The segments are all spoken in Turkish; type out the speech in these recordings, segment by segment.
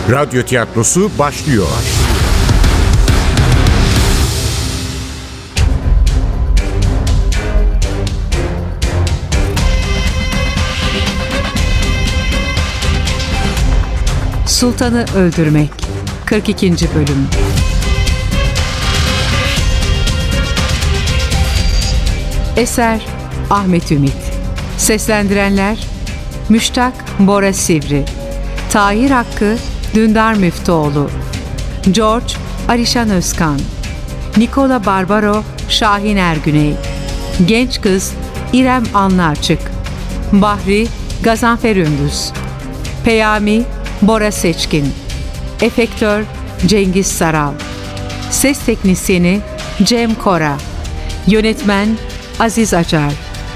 Radyo tiyatrosu başlıyor. Sultanı Öldürmek 42. Bölüm. Eser Ahmet Ümit. Seslendirenler Müştak Bora Sivri, Tahir Hakkı Dündar Müftüoğlu, George Alişan Özkan, Nikola Barbaro Şahin Ergüney, Genç Kız İrem Anlarçık, Bahri Gazanfer Ündüz, Peyami Bora Seçkin, Efektör Cengiz Saral, Ses Teknisyeni Cem Kora, Yönetmen Aziz Acar.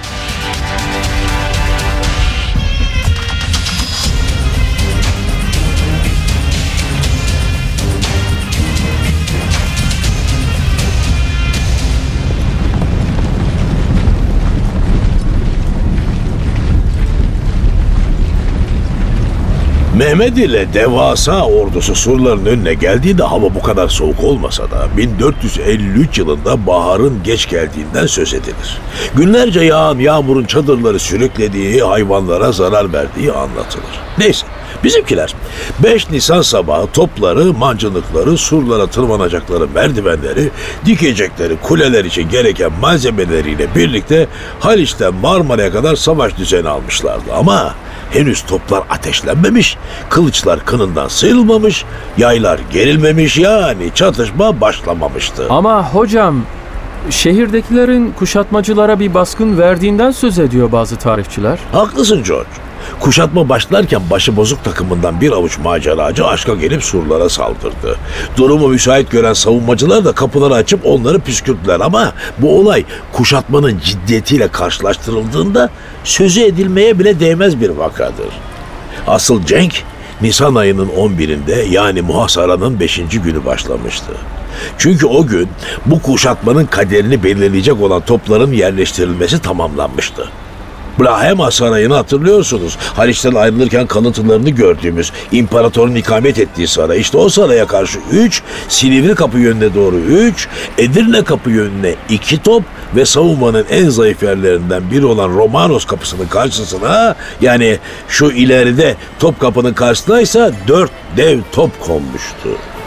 Mehmed ile devasa ordusu surların önüne geldiğinde hava bu kadar soğuk olmasa da 1453 yılında baharın geç geldiğinden söz edilir. Günlerce yağan yağmurun çadırları sürüklediği, hayvanlara zarar verdiği anlatılır. Neyse, bizimkiler 5 Nisan sabahı topları, mancınıkları, surlara tırmanacakları merdivenleri, dikecekleri kuleler için gereken malzemeleriyle birlikte Haliç'ten Marmara'ya kadar savaş düzeni almışlardı. Ama henüz toplar ateşlenmemiş, kılıçlar kınından sıyrılmamış, yaylar gerilmemiş, yani çatışma başlamamıştı. Ama hocam, şehirdekilerin kuşatmacılara bir baskın verdiğinden söz ediyor bazı tarihçiler. Haklısın George. Kuşatma başlarken başıbozuk takımından bir avuç maceracı aşka gelip surlara saldırdı. Durumu müsait gören savunmacılar da kapıları açıp onları püskürttüler ama bu olay kuşatmanın ciddiyetiyle karşılaştırıldığında sözü edilmeye bile değmez bir vakadır. Asıl cenk Nisan ayının 11'inde, yani muhasaranın 5. günü başlamıştı. Çünkü o gün bu kuşatmanın kaderini belirleyecek olan topların yerleştirilmesi tamamlanmıştı. Brahma Sarayı'nı hatırlıyorsunuz. Haliç'ten ayrılırken kalıntılarını gördüğümüz imparatorun ikamet ettiği saray. İşte o saraya karşı 3, Silivri Kapı yönüne doğru 3, Edirne Kapı yönüne 2 top ve savunmanın en zayıf yerlerinden biri olan Romanos Kapısı'nın karşısına, yani şu ileride Topkapı'nın karşısındaysa 4 dev top konmuştu.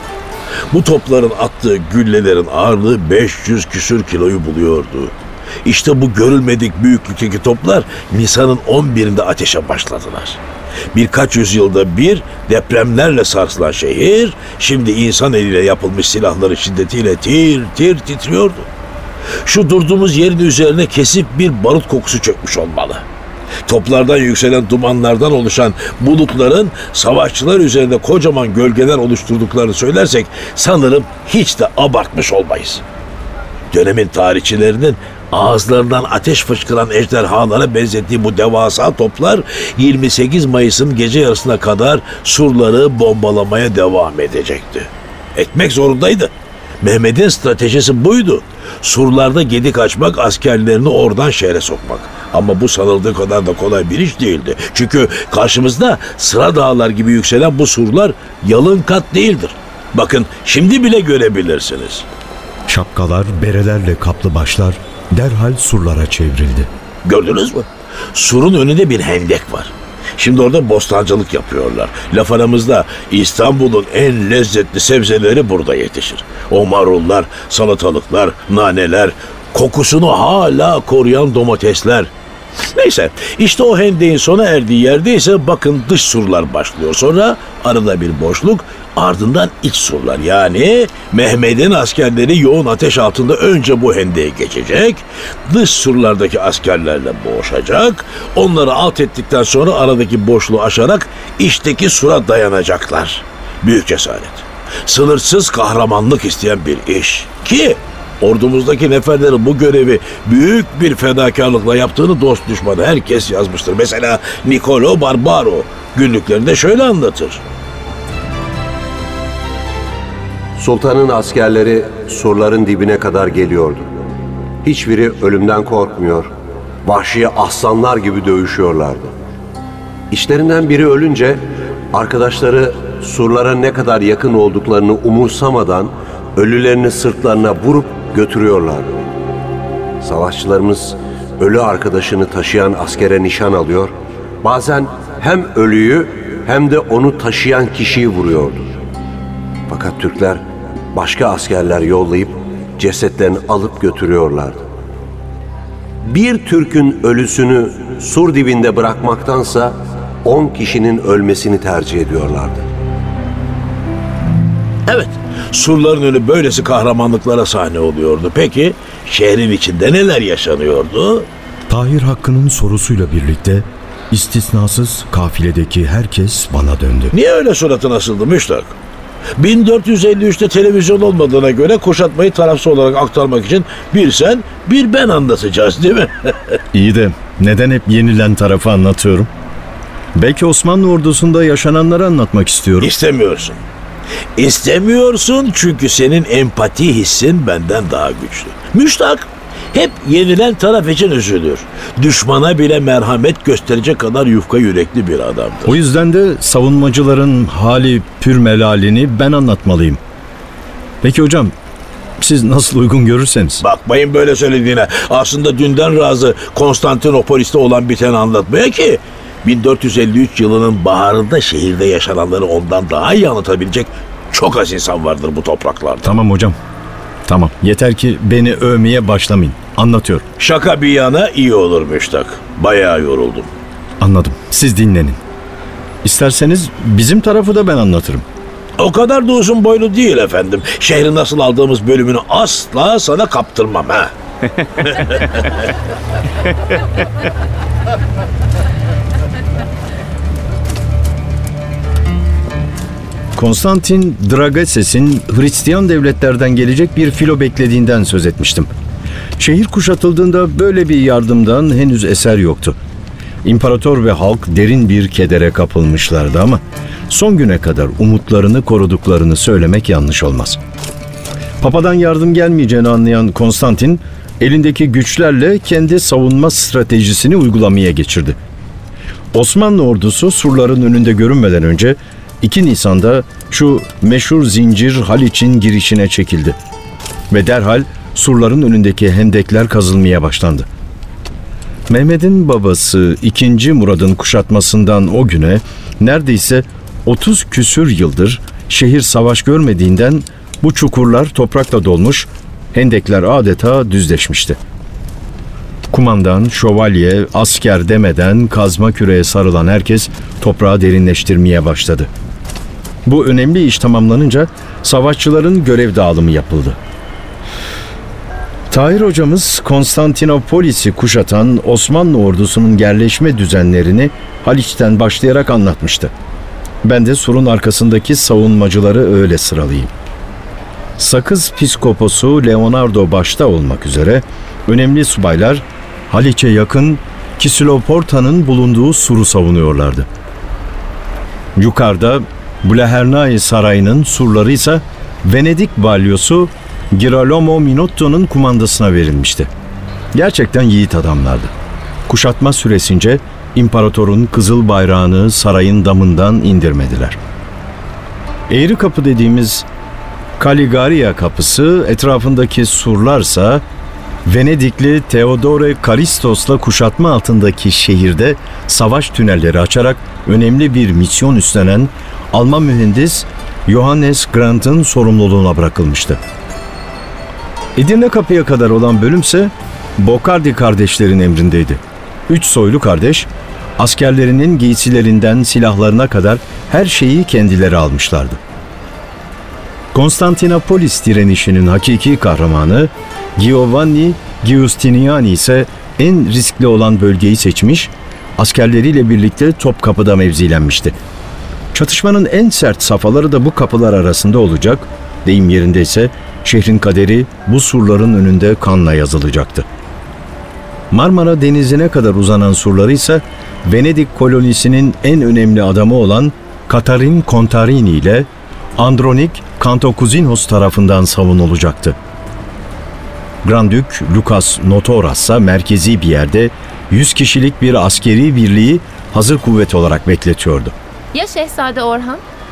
Bu topların attığı güllelerin ağırlığı 500 küsür kiloyu buluyordu. İşte bu görülmedik büyüklükteki toplar Nisan'ın 11'inde ateşe başladılar. Birkaç yüzyılda bir depremlerle sarsılan şehir, şimdi insan eliyle yapılmış silahların şiddetiyle tir tir titriyordu. Şu durduğumuz yerin üzerine kesif bir barut kokusu çökmüş olmalı. Toplardan yükselen dumanlardan oluşan bulutların savaşçılar üzerinde kocaman gölgeler oluşturduklarını söylersek sanırım hiç de abartmış olmayız. Dönemin tarihçilerinin ağızlarından ateş fışkıran ejderhalara benzettiği bu devasa toplar 28 Mayıs'ın gece yarısına kadar surları bombalamaya devam edecekti. Etmek zorundaydı. Mehmet'in stratejisi buydu. Surlarda gedik açmak, askerlerini oradan şehre sokmak. Ama bu sanıldığı kadar da kolay bir iş değildi. Çünkü karşımızda sıra dağlar gibi yükselen bu surlar yalın kat değildir. Bakın şimdi bile görebilirsiniz. Şapkalar, berelerle kaplı başlar derhal surlara çevrildi. Gördünüz mü? Surun önünde bir hendek var. Şimdi orada bostancılık yapıyorlar. Laf aramızda İstanbul'un en lezzetli sebzeleri burada yetişir. O marullar, salatalıklar, naneler, kokusunu hala koruyan domatesler. Neyse, işte o hendeğin sona erdiği yerdeyse bakın dış surlar başlıyor. Sonra arada bir boşluk, ardından iç surlar, yani Mehmet'in askerleri yoğun ateş altında önce bu hendeğe geçecek, dış surlardaki askerlerle boğuşacak, onları alt ettikten sonra aradaki boşluğu aşarak içteki sura dayanacaklar. Büyük cesaret, sınırsız kahramanlık isteyen bir iş ki ordumuzdaki neferlerin bu görevi büyük bir fedakarlıkla yaptığını dost düşmanı herkes yazmıştır. Mesela Nikola Barbaro günlüklerinde şöyle anlatır. Sultanın askerleri surların dibine kadar geliyordu. Hiçbiri ölümden korkmuyor, vahşi aslanlar gibi dövüşüyorlardı. İşlerinden biri ölünce arkadaşları surlara ne kadar yakın olduklarını umursamadan ölülerini sırtlarına vurup götürüyorlardı. Savaşçılarımız ölü arkadaşını taşıyan askere nişan alıyor, bazen hem ölüyü hem de onu taşıyan kişiyi vuruyordu. Fakat Türkler başka askerler yollayıp cesetlerini alıp götürüyorlardı. Bir Türk'ün ölüsünü sur dibinde bırakmaktansa 10 kişinin ölmesini tercih ediyorlardı. Evet, surların önü böylesi kahramanlıklara sahne oluyordu. Peki şehrin içinde neler yaşanıyordu? Tahir Hakkı'nın sorusuyla birlikte istisnasız kafiledeki herkes bana döndü. Niye öyle suratın asıldı Müştak? 1453'te televizyon olmadığına göre kuşatmayı tarafsız olarak aktarmak için bir sen bir ben anlatacağız değil mi? İyi de neden hep yenilen tarafı anlatıyorum? Belki Osmanlı ordusunda yaşananları anlatmak istiyorum. İstemiyorsun. İstemiyorsun çünkü senin empati hissin benden daha güçlü. Müştak hep yenilen taraf için üzülür. Düşmana bile merhamet gösterecek kadar yufka yürekli bir adamdır. O yüzden de savunmacıların hali pür melalini ben anlatmalıyım. Peki hocam, siz nasıl uygun görürseniz. Bakmayın böyle söylediğine. Aslında dünden razı Konstantinopolis'te olan biteni anlatmaya ki 1453 yılının baharında şehirde yaşananları ondan daha iyi anlatabilecek çok az insan vardır bu topraklarda. Tamam hocam. Tamam. Yeter ki beni övmeye başlamayın. Anlatıyorum. Şaka bir yana iyi olur Müştak. Bayağı yoruldum. Anladım. Siz dinlenin. İsterseniz bizim tarafı da ben anlatırım. O kadar da uzun boylu değil efendim. Şehri nasıl aldığımız bölümünü asla sana kaptırmam ha. Konstantin Dragases'in Hristiyan devletlerden gelecek bir filo beklediğinden söz etmiştim. Şehir kuşatıldığında böyle bir yardımdan henüz eser yoktu. İmparator ve halk derin bir kedere kapılmışlardı ama son güne kadar umutlarını koruduklarını söylemek yanlış olmaz. Papadan yardım gelmeyeceğini anlayan Konstantin, elindeki güçlerle kendi savunma stratejisini uygulamaya geçirdi. Osmanlı ordusu surların önünde görünmeden önce 2 Nisan'da şu meşhur zincir Haliç'in girişine çekildi. Ve derhal surların önündeki hendekler kazılmaya başlandı. Mehmet'in babası 2. Murad'ın kuşatmasından o güne neredeyse 30 küsür yıldır şehir savaş görmediğinden bu çukurlar toprakla dolmuş, hendekler adeta düzleşmişti. Kumandan, şövalye, asker demeden kazma küreye sarılan herkes toprağı derinleştirmeye başladı. Bu önemli iş tamamlanınca savaşçıların görev dağılımı yapıldı. Tahir hocamız Konstantinopolis'i kuşatan Osmanlı ordusunun yerleşme düzenlerini Haliç'ten başlayarak anlatmıştı. Ben de surun arkasındaki savunmacıları öyle sıralayayım. Sakız Piskoposu Leonardo başta olmak üzere önemli subaylar Haliç'e yakın Kisiloporta'nın bulunduğu suru savunuyorlardı. Yukarıda Blahernai Sarayı'nın surları ise Venedik balyosu Girolamo Minotto'nun kumandasına verilmişti. Gerçekten yiğit adamlardı. Kuşatma süresince imparatorun kızıl bayrağını sarayın damından indirmediler. Eğri kapı dediğimiz Kaligaria kapısı, etrafındaki surlarsa Venedikli Theodore Karistos'la kuşatma altındaki şehirde savaş tünelleri açarak önemli bir misyon üstlenen Alman mühendis Johannes Grant'ın sorumluluğuna bırakılmıştı. Edirne kapıya kadar olan bölümse Bocardi kardeşlerin emrindeydi. 3 soylu kardeş, askerlerinin giysilerinden silahlarına kadar her şeyi kendileri almışlardı. Konstantinopolis direnişinin hakiki kahramanı Giovanni Giustiniani ise en riskli olan bölgeyi seçmiş, askerleriyle birlikte Topkapı'da mevzilenmişti. Çatışmanın en sert safhaları da bu kapılar arasında olacak, deyim yerindeyse şehrin kaderi bu surların önünde kanla yazılacaktı. Marmara Denizi'ne kadar uzanan surları ise Venedik kolonisinin en önemli adamı olan Katarin Contarini ile Andronik Kantokuzinos tarafından savunulacaktı. Grandük Lucas Notoras ise merkezi bir yerde 100 kişilik bir askeri birliği hazır kuvvet olarak bekletiyordu. Ya Şehzade Orhan?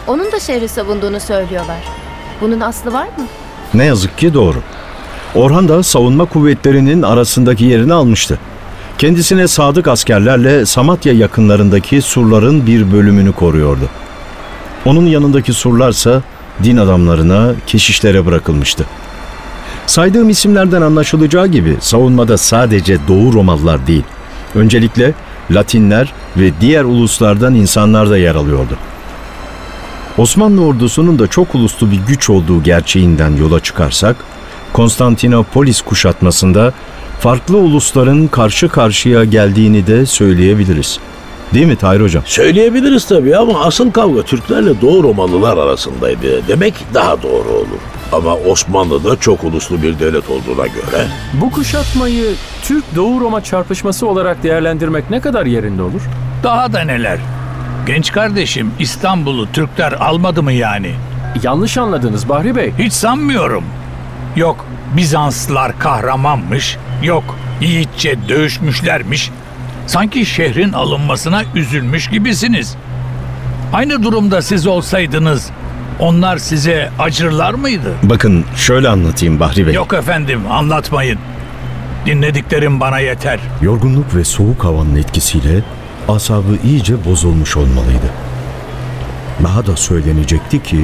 Onun da şehri savunduğunu söylüyorlar. Bunun aslı var mı? Ne yazık ki doğru. Orhan da savunma kuvvetlerinin arasındaki yerini almıştı. Kendisine sadık askerlerle Samatya yakınlarındaki surların bir bölümünü koruyordu. Onun yanındaki surlarsa din adamlarına, keşişlere bırakılmıştı. Saydığım isimlerden anlaşılacağı gibi savunmada sadece Doğu Romalılar değil, öncelikle Latinler ve diğer uluslardan insanlar da yer alıyordu. Osmanlı ordusunun da çok uluslu bir güç olduğu gerçeğinden yola çıkarsak, Konstantinopolis kuşatmasında farklı ulusların karşı karşıya geldiğini de söyleyebiliriz. Değil mi Tahir Hocam? Söyleyebiliriz tabii ama asıl kavga Türklerle Doğu Romalılar arasındaydı. Demek daha doğru olur. Ama Osmanlı'da çok uluslu bir devlet olduğuna göre... Bu kuşatmayı Türk-Doğu Roma çarpışması olarak değerlendirmek ne kadar yerinde olur? Daha da neler? Genç kardeşim, İstanbul'u Türkler almadı mı yani? Yanlış anladınız Bahri Bey. Hiç sanmıyorum. Yok Bizanslılar kahramanmış, yok yiğitçe dövüşmüşlermiş. Sanki şehrin alınmasına üzülmüş gibisiniz. Aynı durumda siz olsaydınız onlar size acırlar mıydı? Bakın şöyle anlatayım Bahri Bey. Yok efendim, anlatmayın. Dinlediklerim bana yeter. Yorgunluk ve soğuk havanın etkisiyle asabı iyice bozulmuş olmalıydı. Daha da söylenecekti ki...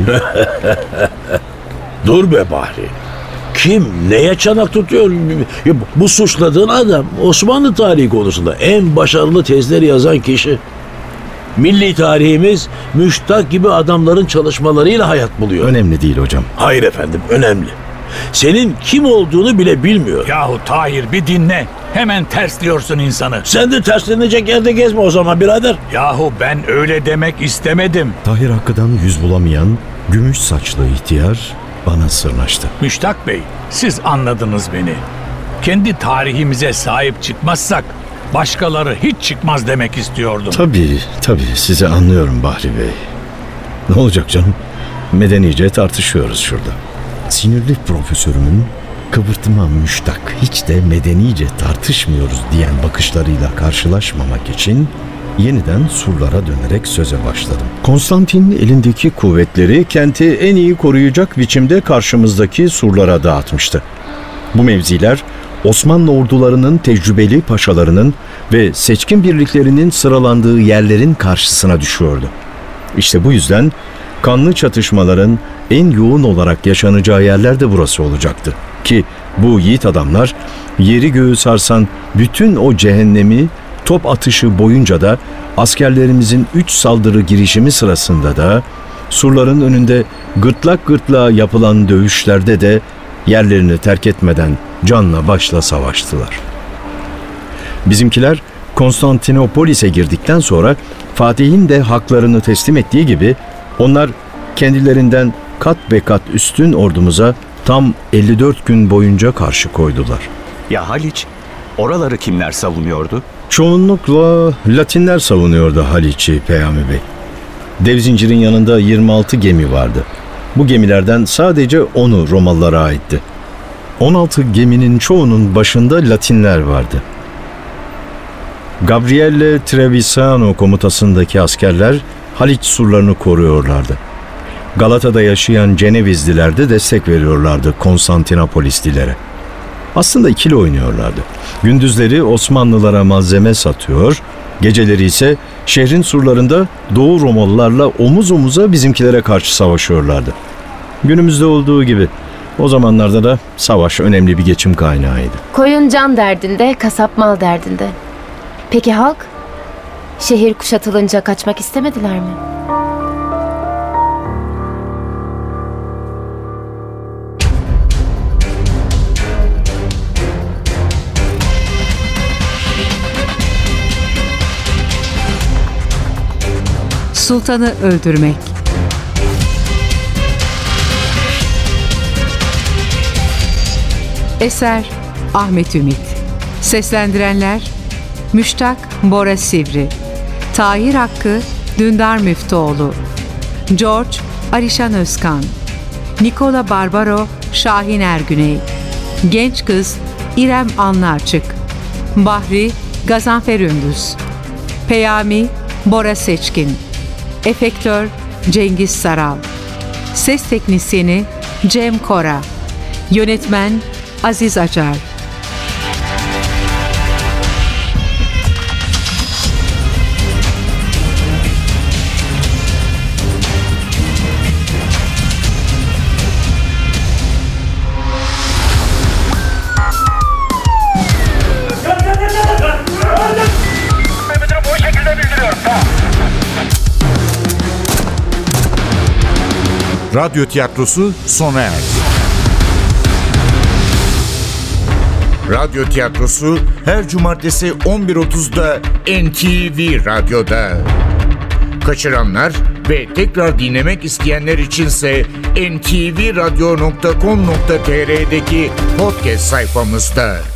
Dur be Bahri. Kim neye çanak tutuyor? Bu suçladığın adam Osmanlı tarihi konusunda en başarılı tezleri yazan kişi. Milli tarihimiz Müştak gibi adamların çalışmalarıyla hayat buluyor. Önemli değil hocam. Hayır efendim, önemli. Senin kim olduğunu bile bilmiyor. Yahu Tahir, bir dinle. Hemen tersliyorsun insanı. Sen de terslenecek yerde gezme o zaman birader. Yahu ben öyle demek istemedim. Tahir Hakkı'dan yüz bulamayan gümüş saçlı ihtiyar bana sırnaştı. Müştak Bey, siz anladınız beni. Kendi tarihimize sahip çıkmazsak başkaları hiç çıkmaz demek istiyordum. Tabii sizi anlıyorum Bahri Bey. Ne olacak canım? Medenice tartışıyoruz şurada. Sinirli profesörümün kıvırtıma müştak, hiç de medenice tartışmıyoruz diyen bakışlarıyla karşılaşmamak için yeniden surlara dönerek söze başladım. Konstantin elindeki kuvvetleri kenti en iyi koruyacak biçimde karşımızdaki surlara dağıtmıştı. Bu mevziler Osmanlı ordularının tecrübeli paşalarının ve seçkin birliklerinin sıralandığı yerlerin karşısına düşüyordu. İşte bu yüzden kanlı çatışmaların en yoğun olarak yaşanacağı yerler de burası olacaktı. Ki bu yiğit adamlar yeri göğü sarsan bütün o cehennemi top atışı boyunca da askerlerimizin 3 saldırı girişimi sırasında da surların önünde gırtlak gırtlağa yapılan dövüşlerde de yerlerini terk etmeden canla başla savaştılar. Bizimkiler Konstantinopolis'e girdikten sonra Fatih'in de haklarını teslim ettiği gibi onlar kendilerinden kat be kat üstün ordumuza tam 54 gün boyunca karşı koydular. Ya Haliç, oraları kimler savunuyordu? Çoğunlukla Latinler savunuyordu Haliç'i Peyami Bey. Dev zincirin yanında 26 gemi vardı. Bu gemilerden sadece 10'u Romalılara aitti. 16 geminin çoğunun başında Latinler vardı. Gabriele Trevisano komutasındaki askerler Haliç surlarını koruyorlardı. Galata'da yaşayan Cenevizliler de destek veriyorlardı Konstantinopolislilere. Aslında ikili oynuyorlardı. Gündüzleri Osmanlılara malzeme satıyor, geceleri ise şehrin surlarında Doğu Romalılarla omuz omuza bizimkilere karşı savaşıyorlardı. Günümüzde olduğu gibi o zamanlarda da savaş önemli bir geçim kaynağıydı. Koyun can derdinde, kasap mal derdinde. Peki halk? Şehir kuşatılınca kaçmak istemediler mi? Sultanı öldürmek. Eser Ahmet Ümit. Seslendirenler Müştak Bora Sivri, Tahir Hakkı Dündar Müftüoğlu, George Alişan Özkan, Nikola Barbaro Şahin Ergüney, Genç Kız İrem Anlarçık, Bahri Gazanfer Ündüz, Peyami Bora Seçkin, Efektör Cengiz Saral. Ses teknisyeni Cem Kora. Yönetmen Aziz Acar. Radyo tiyatrosu sona erdi. Radyo tiyatrosu her cumartesi 11.30'da NTV Radyo'da. Kaçıranlar ve tekrar dinlemek isteyenler içinse ntvradio.com.tr'deki podcast sayfamızda.